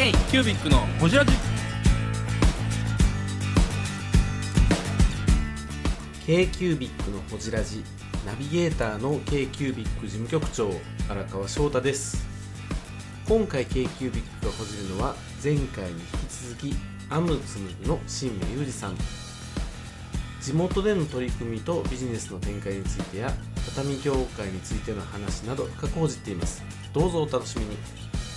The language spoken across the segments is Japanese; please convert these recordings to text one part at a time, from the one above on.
K キュービックのホジラジ。 K キュービックのホジラジナビゲーターの K キュービック事務局長荒川翔太です。今回 K キュービックがほじるのは前回に引き続きアムツムグの新名裕二さん。地元での取り組みとビジネスの展開についてや畳業界についての話など深く報じています。どうぞお楽しみに。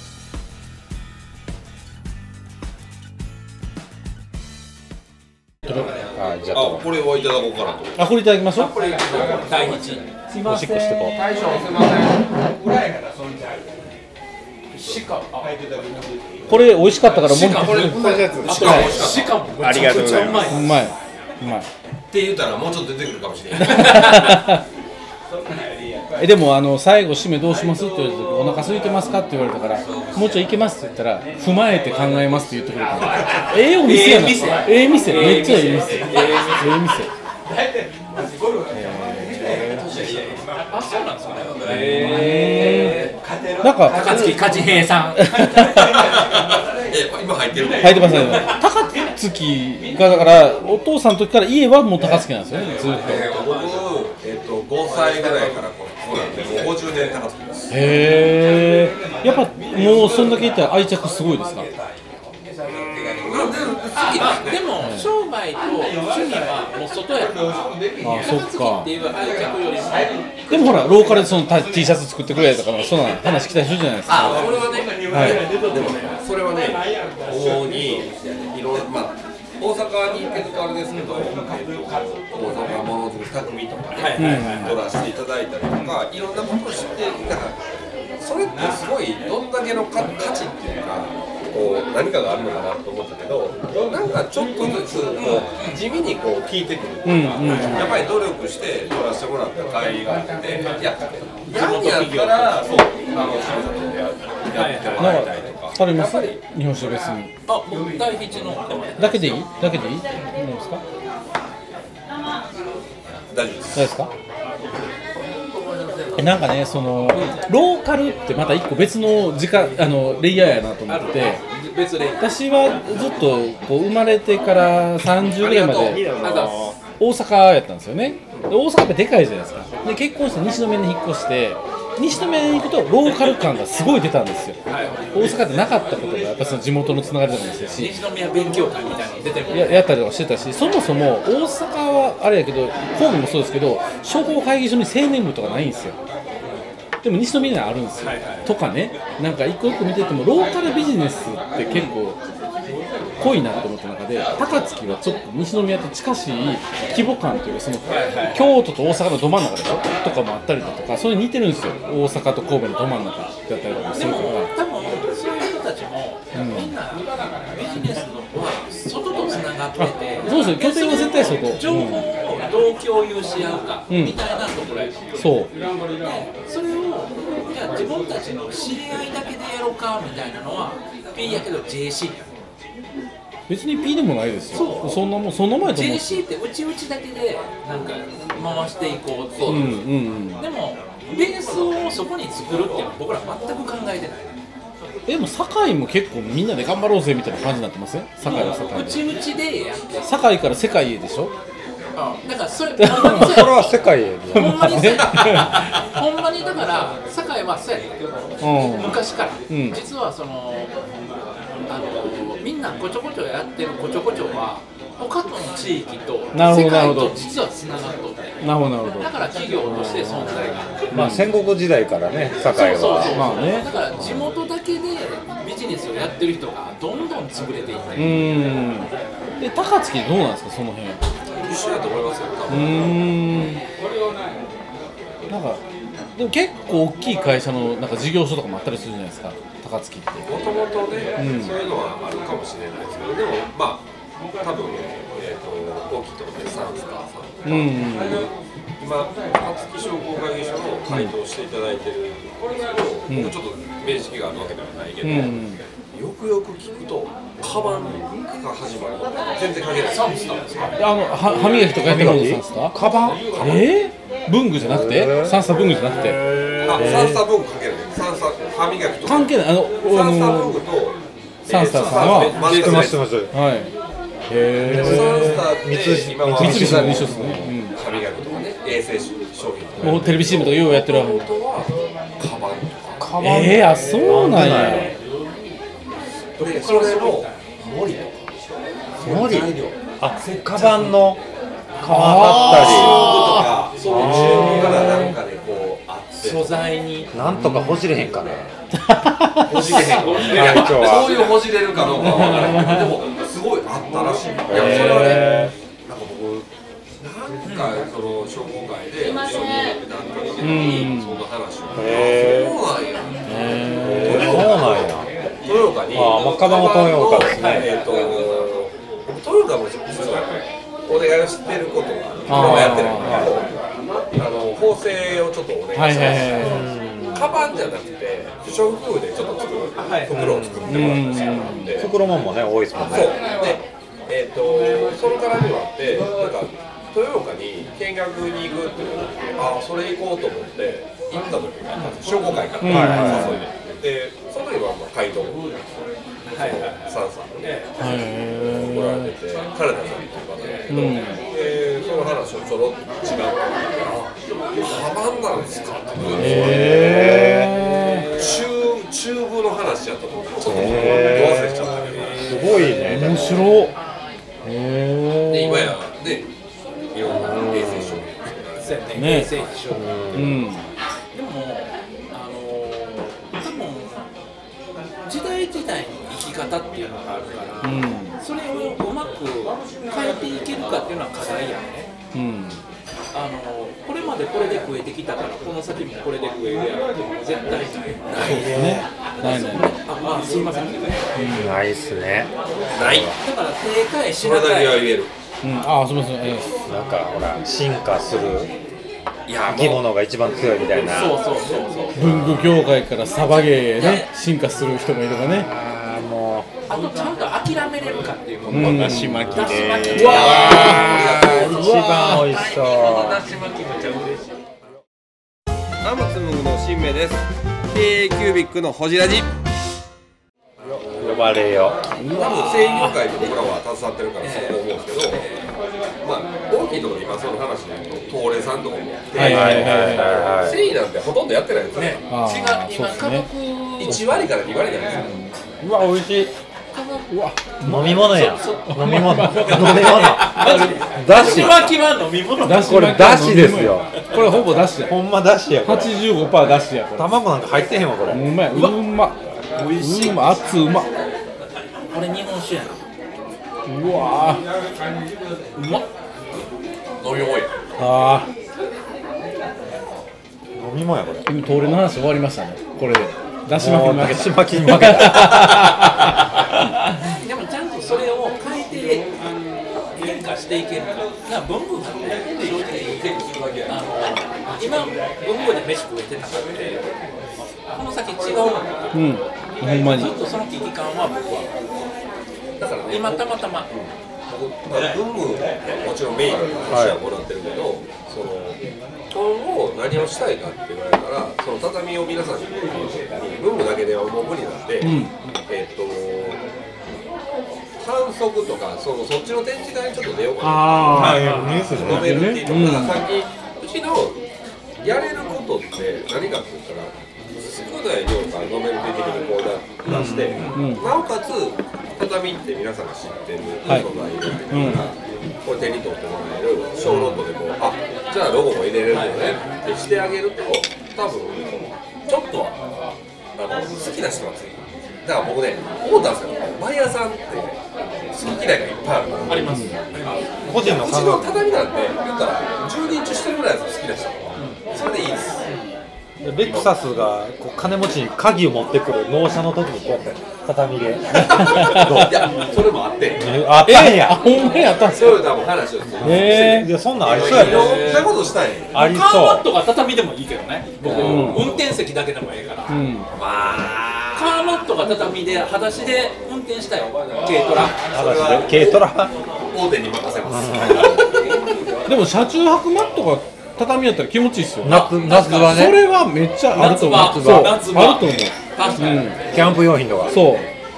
じゃあこれをいただこうかなと。 これいただきましょう。 これ第一。 すいません。おしっこしてこう。 大将すいません。 これ美味しかったからもう一これ個。 同じやつ。 しかもありがとうございます。 うまい。 って言ったらもうちょっと出てくるかもしれない。 でも最後締めどうしますって言われた時、お腹空いてますかって言われたから、もうちょい行けますって言ったら、踏まえて考えますって言ってくれた。お店やな。店めっちゃいい店。 あ、そうなんですかね。 なんか高槻勝平さん。 今入ってるね。 入ってますね。高槻がだからお父さんの時から家はもう高槻なんですよね、ずっと。 僕5歳ぐらいからこうなんでもう50年高槻です。 へー。やっぱもうそんだけ言ったら愛着すごいですか？ でも商売と趣味はもう外やから。 そっかっていう愛着よりも。 でもほらローカルでその T シャツ作ってくれとかそんな話来たりするじゃないですか。 それはね。 でもね、それはね、主にいろいろ大阪に行けるとあれですけど、大阪ものづくり匠とかね、取らせていただいたりとか、いろんなことを知って、だからそれってすごいどんだけの価値っていうか、こう何かがあるのかなと思ったけど、なんかちょっとずつこう地味にこう聞いてくる。やっぱり努力して取らせてもらった甲斐があって、いや、やんやったらそう清水さんでやってもらいたいとか。 あります？日本酒別に。 僕第一のだけでいい？何ですか？ 大丈夫です。 どうですか？なんかね、そのローカルってまた一個別のレイヤーやなと思ってて、私はずっとこう生まれてから30ぐらいまで大阪やったんですよね。で大阪ってでかいじゃないですか。で結婚して西宮に引っ越して、西宮に行くとローカル感がすごい出たんですよ。大阪ってなかったことがやっぱその地元のつながりとかもですし、 西宮勉強会みたいなの出てる。 やったりとかしてたし、そもそも大阪はあれやけど、神戸もそうですけど、商工会議所に青年部とかないんですよ。でも西宮にはあるんですよ。とかね、なんか一個一個見ててもローカルビジネスって結構濃いなと思った中で、高槻はちょっと西宮と近しい規模感というか、その京都と大阪のど真ん中でしょとかもあったりだとか、それに似てるんですよ。大阪と神戸のど真ん中だったりとかするから。 多分そういう人たちも、みんなビジネスのは外とつながってて、 そうですよ、拠点は絶対外。 情報をどう共有し合うか、みたいなところや。 そう。 それをじゃあ自分たちの知り合いだけでやろうかみたいなのは P やけど JC や。 別に P でもないですよ。そんな前と思う。 JC ってうちだけでなんか回していこうって。でもベースをそこに作るっていうのは僕ら全く考えてない。 でも堺も結構みんなで頑張ろうぜみたいな感じになってますね。堺は堺で。 うちでやって。 堺から世界へでしょ。 だからそれは世界へ。 ほんまにそうや。ほんまにだから堺はそうやったけど、昔から、実はそのみんなこちょこちょやってるこちょこちょは他の地域と世界と実はつながっとって。 なるほど。 だから企業として存在が。 戦国時代からね、堺は。 そうまあね。 だから地元だけでビジネスをやってる人がどんどん潰れていって。 で高槻どうなんですかその辺。 一緒だと思いますよ。 なんかでも結構大きい会社のなんか事業所とかもあったりするじゃないですか、高槻って。 もともとね、そういうのはあるかもしれないですけど、でも多分大きいところでサンスターさんとか、今高槻商工会議所の回答していただいてるんですけど、僕ちょっと面識があるわけではないけど、よくよく聞くとカバンが始まる。全然関係ない。サンスターですか？ 歯磨きとかやってるのサンスター？カバン？文具じゃなくて？サンスター文具じゃなくて？ サンスター文具関係ない。サンスター歯磨きとか関係ない。 サンスター文具とサンスターさんは知ってますはい。 サンスターって今は三菱の一緒ですね。 歯磨きとかね、衛生商品とかもうテレビ CM とかようやってるわ。 本当はカバンとかあ、そうなんや。 でそれの森とか森材料あ、カバンの皮だっあーそういうチューブからなんかでこうあって素材にたりなんとかほじれへんかなほじれへんかもしれない今日はそういうほじれるかどうかわからないけどでもすごいあったらしいいやそれはねなんか僕なんかその商工会で一緒になんかしてにその話をそうなんや豊岡にまあカバンは豊岡ですね豊岡も実はお願いをしてることが今もやってるんで縫製をちょっとお願いしてますカバンじゃなくて不織布でちょっと作る袋を作ってもらったりして袋もんもね多いですもんそうねでその絡みもあってなんか豊岡に見学に行くっていうのでそれ行こうと思って行った時が商工会から誘いでその時は街道サンさんのね来られてて彼らさんっていう方だけどでその話をちょろっと違うカバンなんですかってチューブの話やったと思ってちょっと忘れちゃったけどすごいね面白で今やねいろんな衛生商品衛生商品うんでも多分時代時代の生き方っていうのがあるから、それをうまく変えていけるかっていうのは課題やね、これまでこれで食えてきたからこの先もこれで食えるやろって絶対ないねないねすいませんないっすねないだから正解しそれだなさいけは言えるすみませんなんかほら進化するいや生き物が一番強いみたいなそう文具業界からサバゲーへね進化する人もいればねもあとちゃんと諦めれるかっていうことうだし巻きでうわ一番美味しそうだし巻きめっちゃ嬉しいナムツムグの新名です K キュービックのホジラジ呼ばれよ多分声優界で僕らは携わってるからそう思うんですけどまあ大きいところで今その話で言うと東レさんとかも繊維なんてほとんどやってないですね今価格 1割から2割なんですようわ美味しい飲み物や飲み物だし巻きは飲み物これだしですよこれほぼだしやほんまだしやこれ 85% だしやこれ卵なんか入ってへんわこれうまいうま美味しい熱うまこれ日本酒やなうわうまっ飲み物や飲み物やこれ今通りの話終わりましたねこれでだし巻きに負けただし巻きに負けたでもちゃんとそれを変えて変化していけるから文具がね正直今文具で飯食えてたからってこの先違うのほんまにずっとその危機感は僕はだからね今たまたま文具もちろんメインの話はもらってるけど、その今後何をしたいかって言われたらその畳を皆さんに文具だけではもう無理なんで、反則とかそっちの展示会にちょっと出ようかなノベルティとか、さっきうちのやれることって何かって言ったら少ない量からノベルティ的にこう出して、なおかつ畳って皆さんが知ってる素材を入れてるから、これ手に取ってもらえる小ロットでもじゃあロゴも入れれるよねってしてあげると多分ちょっと好きな人がついてる。だから僕ね思ったんですよ、バイヤーさんって好き嫌いがいっぱいあるからあります個人のうちの畳なんて言ったら10人中してるぐらいです好きな人はそれでいいです。 レクサスがこう金持ちに鍵を持ってくる納車の時にこうやって畳でいやそれもあってあったんやほんまにあったんすそういう多分話をするいやそんなんありそうやいろねんなことしたいありカーマッそトが畳でもいいけどね僕、運転席だけでもいいから、カーマットが畳で裸足で運転したい軽トラう軽トラ大手に任せますでも車中泊マットが畳やったら気持ちいいっすよ夏はねそれはめっちゃあると思う夏場そう夏場あると思う確かに、 キャンプ用品とかそう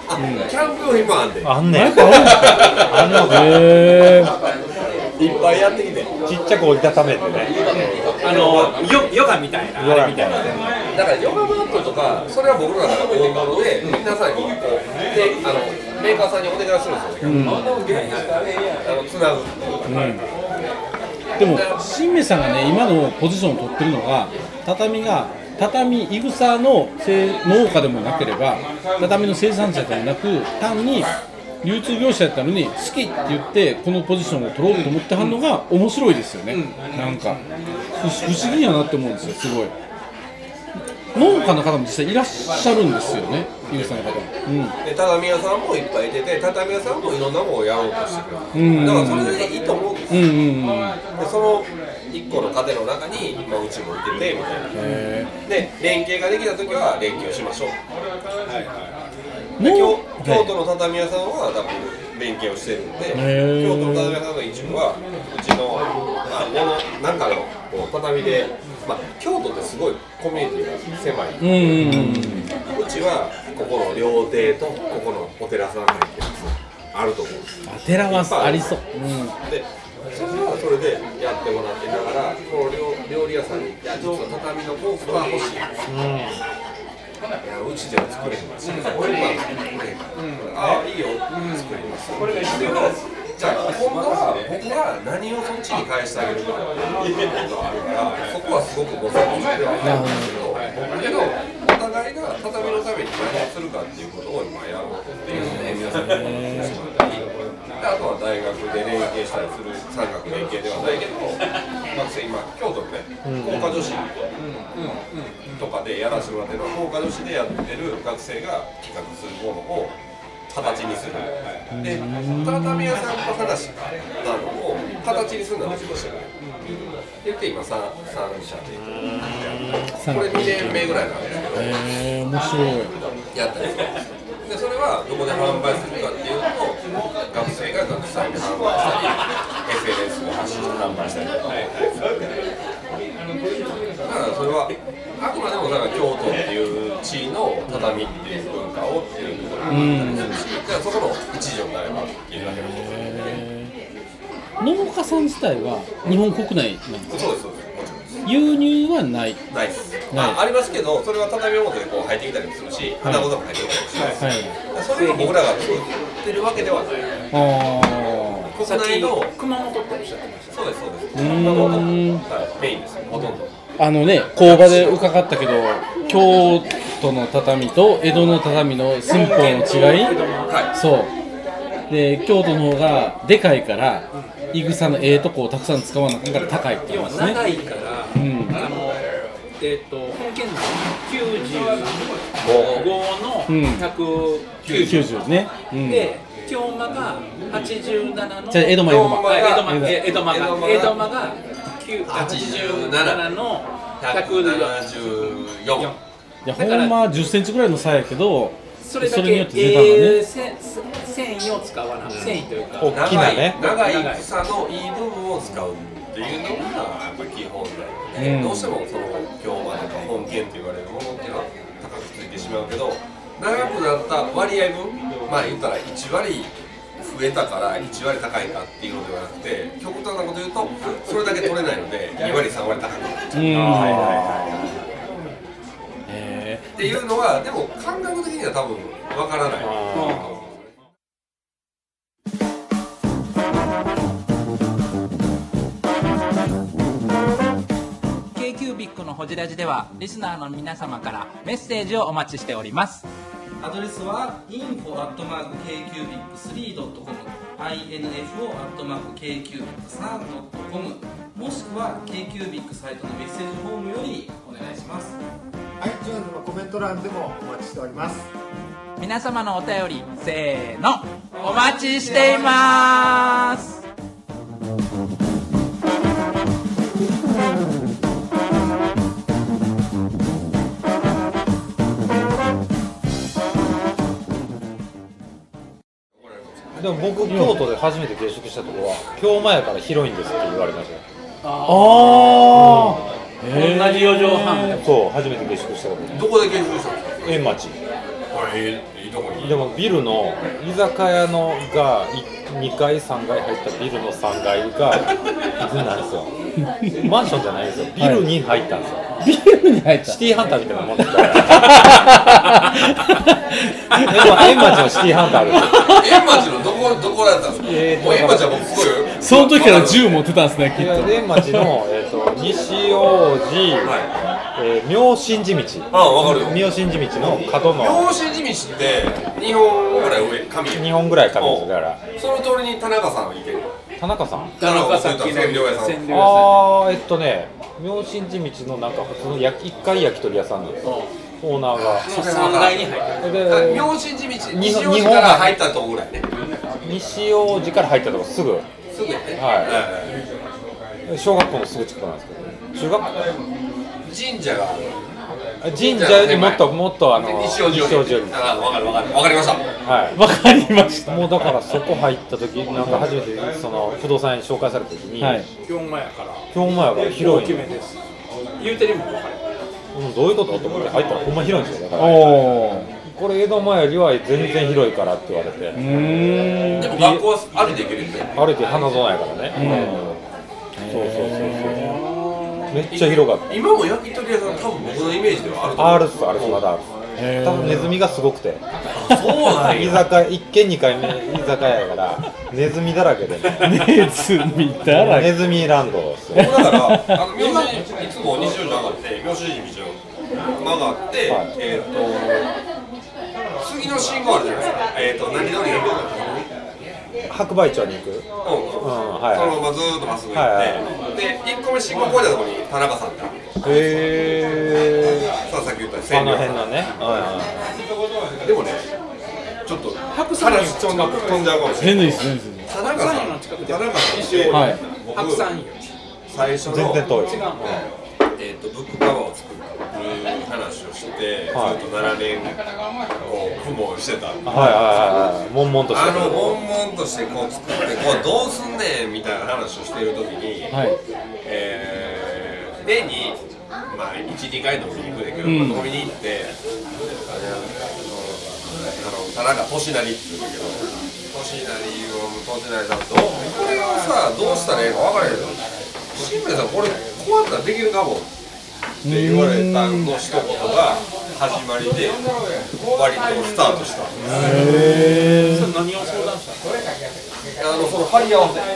キャンプ用品もあんで、 あんねん。 あんのか。 いっぱいやってきて、 ちっちゃく折りたためてね。 ヨガみたいなヨガみたいな。 だからヨガマットとか、それは僕らが大物で、皆さんにこうでメーカーさんにお願いするんですよね。つなぐ。 でも新明さんがね今のポジションを取ってるのが畳いぐさの農家でもなければ畳の生産者でもなく単に流通業者やったのに好きって言ってこのポジションを取ろうと思ってはんのが面白いですよね、なんか不思議やなって思うんですよ。すごい農家の方も実際いらっしゃるんですよね、いぐさの方も、 で畳屋さんもいっぱいいてて、畳屋さんもいろんなものをやろうとしてくる、だからそれでいいと思うんですよ、でその1個の糧の中に、うちもいててみたいな、で連携ができたときは連携をしましょう、で京都の畳屋さんは多分連携をしてるんで、京都の畳屋さんの一部はうちのなんかのこう畳で、京都ってすごいコミュニティが狭い、うちはここの料亭とここのお寺さんが入ってるんですよ、あると思うんです。 寺はありそう、 でそれはそれでやってもらってだからこの料理屋さんに「いや実は畳のコースが欲しい」いやうちでは作れへんし、ああいいよ、作ります。じゃあ今度は僕が何をそっちに返してあげるかっていうことがあるから、そこはすごくご説明してはいるんですけど、お互いが畳のために何をするかっていうことを今やろうっていうので皆さんにお話ししたり、あとは大学で連携したりする産学連携ではないけど、学生今京都のね工科女子とかでやらせてもらってるのは工科女子でやってる学生が企画するものを形にする。で、畳屋さんと話したのを形にするのは自分してる。言って今3社でこれ2年目ぐらいなんですけど、 面白いやったりするんですよ。でそれはどこで販売するかっていうと、学生が学祭で販売したり SNS で発信して販売したりとか、だからそれはあくまでもだから京都っていう地の畳っていう文化をっていうところになったりするし、じゃあそこの一助になればっていうだけのこと農家さん自体は日本国内なんですか？ そうですそうです、もちろんです。 輸入はない。 ないです。ありますけど、それは畳表でこう入ってきたりもするし、花ごとも入ってきたりもします。それを僕らが作ってるわけではない。国内の熊本っておっしゃってました。 そうですそうです。熊本メインです。ほとんど。 工場で伺ったけど、京都の畳と江戸の畳の寸法の違い、そうで京都の方がでかいからいぐさのとこをたくさん使わなきゃから高いって言いますね。 長いから、本県の95の 190ね。 で京間が87のじゃあ江戸間が87の174。 いやほんま10センチぐらいの差やけど、 それだけによって値段がね、 繊維を使わない、繊維というか大きなね長い草のいい部分を使うっていうのがやっぱり基本だよね。どうしてもその京間とか本県と言われるものっていうのは高くついてしまうけど、長くなった割合分、言ったら1割増えたから1割高いかっていうのではなくて、極端なこと言うとそれだけ取れないので2割3割高くなっちゃうっていうのは、でも感覚的には多分わからない。 K-Cubic のほじラジではリスナーの皆様からメッセージをお待ちしております。 アドレスは info@kcubic3.com info@kcubic3.com もしくは K-Cubic サイトのメッセージフォームよりお願いします。 iTunes のコメント欄でもお待ちしております。 皆様のお便りせーのお待ちしています。 でも僕京都で初めて下宿したところは京間やから広いんですって言われましたよ。 同じ4畳半。 そう初めて下宿したところ。 どこで研究したんですか？ 円町。 いいとこに。 でもビルの居酒屋のが2階3階入ったビルの3階が伊豆なんですよ。マンションじゃないんですよ。ビルに入ったんですよ。 ビルに入った。 シティハンターみたいなもんですから。円町のシティハンターですよ。 円町のどこだったんですか。もう円町は僕すごい。 その時から銃持ってたんですね、きっと。 円町の西大路、妙心寺道。 わかるよ。 妙心寺道の角の。 妙心寺道って2本ぐらい上上。 2本ぐらい角ですだから。 その通りに田中さんいてる。 田中さん。 田中さっきの千両屋さん。 妙心寺道のなんか普通の1階焼き鳥屋さんなんですよ。オーナーが。 3階に入ってる。 妙心寺道、西大路から入ったとこぐらいね。 西大路から入ったとこすぐ。 すぐね。 はい。小学校のすぐ近くなんですけど。中学校。 神社がある。 神社よりもっと西大路より。わかりました。 はい。 わかりました。 もうだからそこ入った時なんか初めてその不動産屋に紹介された時に、 はい。 4枚やから今日前やから広い大きめです言うてるもん分かるどういうことと思って入ったらほんま広いんですよ。だからおー。 これ江戸前よりは全然広いからって言われて、 でも学校は歩いて行けるよね。 歩いて花園やからね。そうそう。めっちゃ広かった。 今も焼き鳥屋さん多分僕のイメージではあると思う。 あるっすまだあるっす。多分ネズミがすごくて。 そうなんや。 居酒屋1軒2階目居酒屋やからネズミだらけで。 ネズミだらけ。 ネズミランドですよ。 だから妙心いつも西大路上がって妙心寺道を曲がって、次の信号あるじゃないですか。何通りが白馬町に行く。 そのままずーっとまっすぐ行って、で1個目信号越えたところに田中さんってある。さっき言ったあの辺のね。 でもね、ちょっと話飛んじゃうかもしれない。 全然いいです。 田中さんってはい。 僕最初の全然遠い。 ブックカバーを作る話をして、ずっと7年苦悶してた。 悶々として。 悶々としてこう作ってこうどうすんねんみたいな話をしているときに、年に1、2回飲みに行くんだけど、飲みに行って田中俊成って言うんだけど、俊成さんとこれをさどうしたらいいか分からへんの。新兵さんこれこうやったらできるかもって言われたの一言が始まりで割とスタートした。それ何を相談したの？その張り合わせ。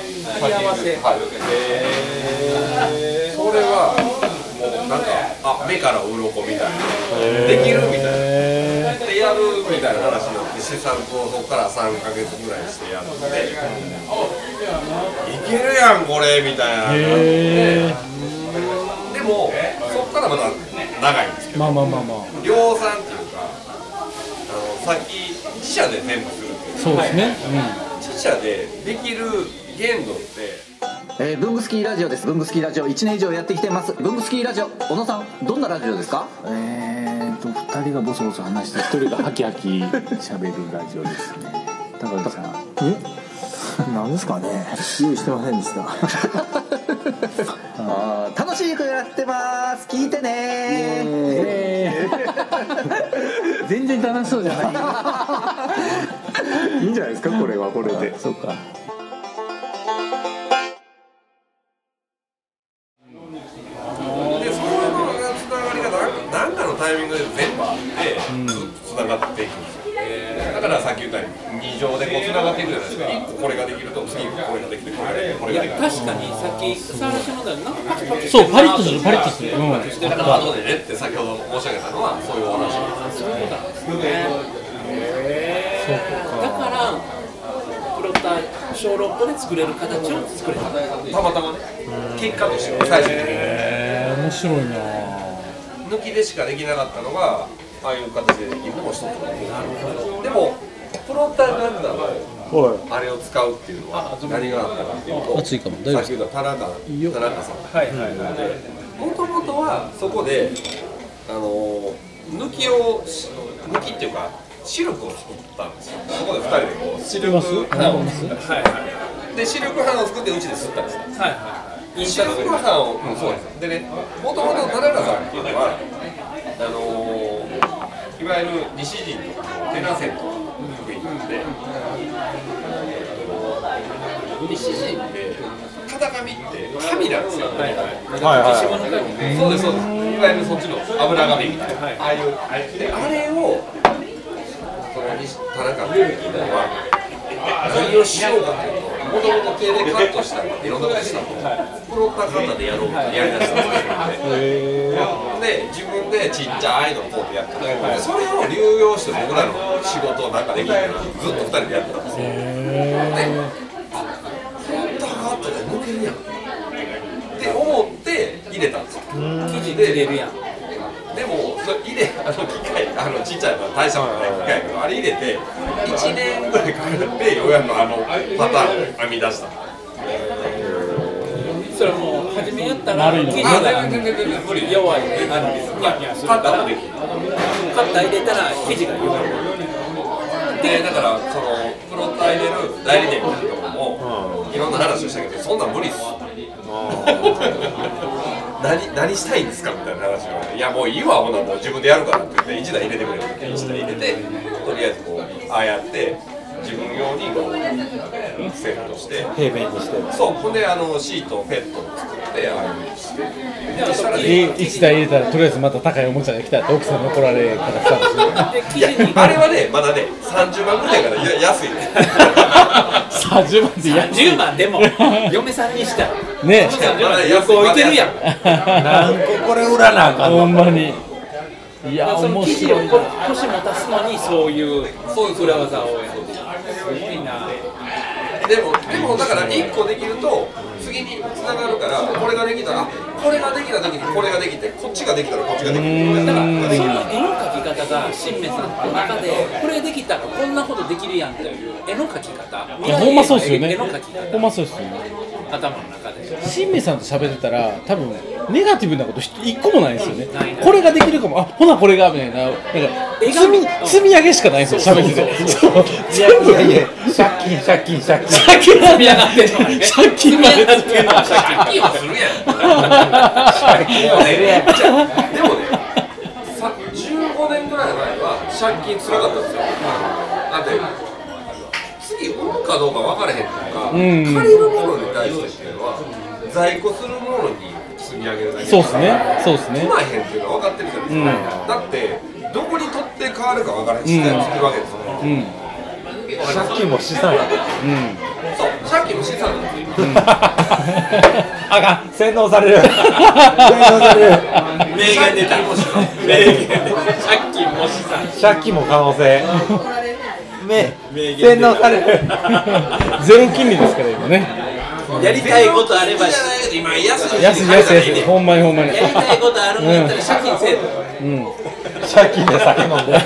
それはもうなんか目から鱗みたいなできるみたいなでやるみたいな話になって試作をそこから3ヶ月ぐらいしてやっていけるやんこれみたいな。でもそこからまた長いんですけど、量産っていうかさっき自社で全部するっていう。 そうですね。 自社でできる限度って。 ブングスキーラジオです。ブングスキーラジオ1年以上やってきてます。ブングスキーラジオ、小野さんどんなラジオですか 2人がボソボソ話して1人がハキハキ喋るラジオですね。高木さんなんですかね、用意してませんでした楽しい曲やってます。聞いてね全然楽しそうじゃないいいんじゃないですか、これはこれで。そうか。 タイミングで全部あってつながっていくんですよ。だからさっき言ったように2乗でこうつながっていくじゃないですか。1個これができると次これができてこれができる。 確かにさっき触らせてもらったらなんかパキパキそうパリッとするだから後でねって先ほど申し上げたのはそういうお話なんです。 そういうことなんですね。だからプロタ小ロットで作れる形を作れた。たまたまね結果としては最終的に面白いな。 抜きでしかできなかったのがああいう形でできるのも一つの。でもプロタガンダのあれを使うっていうのは何があったかっていうと、 熱いかもさっき言った田中さんもともとはそこで抜きっていうかシルクを作ったんですよ。そこで2人でこうシルク花を作ってでシルク花を作ってうちで吸ったんですよ。シルク花をそうですでね、もともと田中さんっていうのはいわゆる西陣とかテラセント得意なんで、西陣って型紙って紙なんですよ。 はいはい。 そうですそうです。いわゆるそっちの油紙みたいな、ああいうであれをその田中っていうのは何をしようかというと、もともと手でカットしたりいろんなことしたのをプロッター型でやろうってやりだしたんですよ。で自分でちっちゃいのをこうやってたけど、それを流用して僕らの仕事をなんかできるからずっと2人でやってたんですよ。でカットで抜けるやんって思って入れたんですよ。 生地で入れるやん。 でもそれ入れ機械ちっちゃいの大したものない機械やけど、あれ入れて1年ぐらいかかってようやくパターンを編み出した。 それもう初めやったら生地が弱いニャニャするからカッター入れたら生地が弱い。 でだからそのプロッター入れる代理店みたいなところもいろんな話をしたけど、そんなん無理っす。何したいんですかみたいな話を、いやもういいわ、ほなもう自分でやるからって言って1台入れてくれるって1台入れて、とりあえずこうああやって自分用にこうセットして平面にして、 そう、ほんでシートをペットを作ってああいう風にしてでしたら 1台入れたらとりあえずまた高いおもちゃが来たって奥さんに怒られからスタートしていやあれはねまだね30万ぐらいから安いね 30万って 10万でも嫁さんにしたらね旅行行けるやん。 何個これ売らなあかんの。 ほんまにいやその面生地を白いな。 腰持たすのにそういう裏技をやる。すごいな。 でもだから1個できると次につながるから、これができたらこれができた時にこれができて、こっちができたらこっちができる。 だからその絵の描き方が新明さんの中でこれできたらこんなことできるやんという絵の描き方。 いやほんまそうですよね絵の描き方。 ほんまそうですよね。 頭の中で。 新明さんと喋ってたら多分ネガティブなこと一個もないんですよねない。 これができるかも、あほなこれがみたいな、なんか積み上げしかないんですよ、喋ってて。そう全部いや借金借金積み上がってんのはね。 借金まで積み上がってんのは借金はするやんでもね15年ぐらい前は借金つらかったんですよ。だって次売るかどうか分からへんとか、借りるものに対してっていうのは在庫するものに積み上げるだけだから、 そうですねそうですね。 来まへんっていうのは分かってるじゃないですか、だってどこに取って変わるか分からへん資産を作るわけですよ、 借金も資産や。 そう借金も資産なんですよあかん、洗脳される。洗脳される。 名言出た。名言出た。借金も資産。 借金も可能性。洗脳される。 ゼロ金利ですから今ね。 やりたいことあれば今安いほんまにほんまに。 やりたいことあるんやったら借金せえと。 借金で酒飲んで。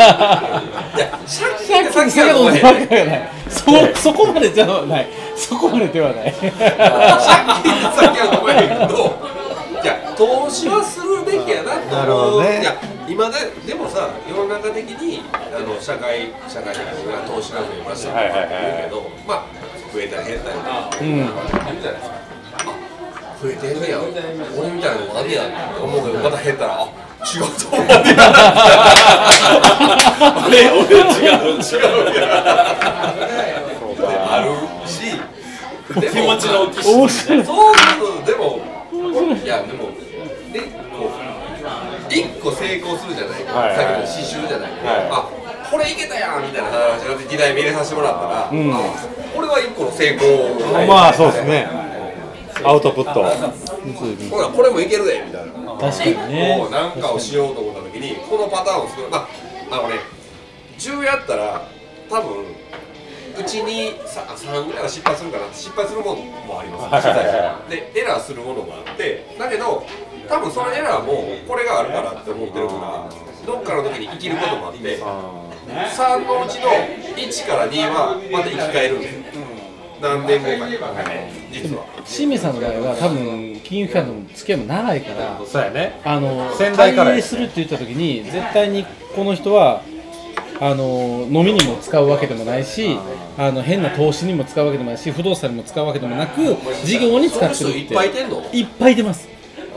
借金で酒飲んで飲んでない。そこまでではない。そこまでではない。 借金で酒は飲まへんけど、いや投資はするべきやなと思う。いや今でもさ、世の中的に社会的に投資が増えましたとか言うけど、まあ増えたり減ったりとか言うじゃないですか。増えてんねや、俺みたいなのもあんねやって思うけど、また減ったら違うと思って俺違うあるし、気持ちの大きいそうするとでもいやでもね、こう1個成功するじゃない、さっきの刺繍じゃない、あこれいけたやんみたいな話が2台目入れさせてもらったら、これは1個の成功。 まあそうですね。アウトプット。 ほらこれもいけるでみたいな。 確かにね。 1個なんかをしようと思った時にこのパターンを作る。まあね、10やったら多分うちに3ぐらいは失敗するかな。失敗するものもあります。でエラーするものもあって、だけど多分そのエラーもこれがあるからって思ってるからどっかの時に生きることもあって、3のうちの1から2はまた生き返るんですよ。何年後かに実は新明さんの場合は多分金融機関との付き合いも長いからそうやね。 先代からするって言った時に絶対にこの人は飲みにも使うわけでもないし、変な投資にも使うわけでもないし、不動産にも使うわけでもなく事業に使ってるって。 いっぱいいてんの？ いっぱいいてます。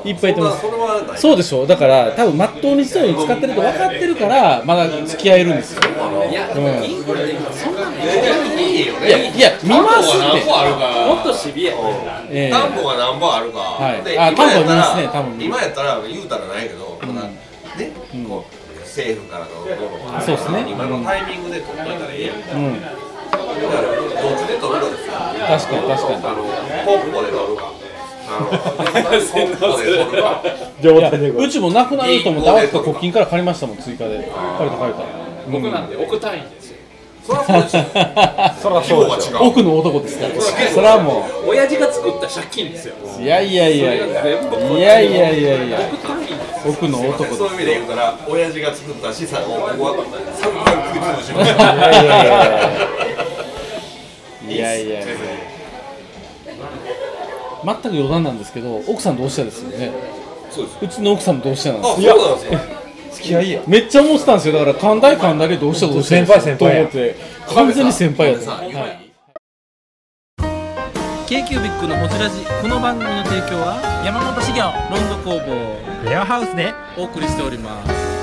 いっぱいいてますそれはない。 そうでしょ。だから多分まっとうに人に使ってると分かってるからまだ付き合えるんですよ。 いや、インフレでそんなのいいよね。 いや見ますって。 何本あるか。 もっとシビア。 担保が何本あるか。 はいであ担保見今やったますねら多分今やったら言うたらないけど、まだね、こう政府からのどうのそうですね今のタイミングで取っといたらいいやん。だからうんどっちで取るかですよ。 確かに確かに。 ポッポで取るか。ポッポで取るか。 いやうちもなくなると思って合わせた古金から借りましたもん追加で。借りた。 僕なんて億単位ですよ。 そりゃそうでしょ。 そらそうでしょ。 奥の男ですから。それはも親父が作った借金ですよ。 ういやいやいやいや全部いやいやいやいや億単位ですよ。 奥の男です。 そういう意味で言うたら、親父が作った資産をここは散々食い潰しましいた。 やいやいやいやいやいや全く余談なんですけど奥さん同志社ですよね。 そうです。 うちの奥さんも同志社なんですあ、 よ。 そうなんですよ。 付き合いや。 めっちゃ思ってたんですよ。だから寛大寛大で同志社同志社ですよ先輩やと思って完全に先輩やと。 さん、 はい K-Cubic のホジラジ、この番組の提供は山本資源ロンド工房レアハウスでお送りしております。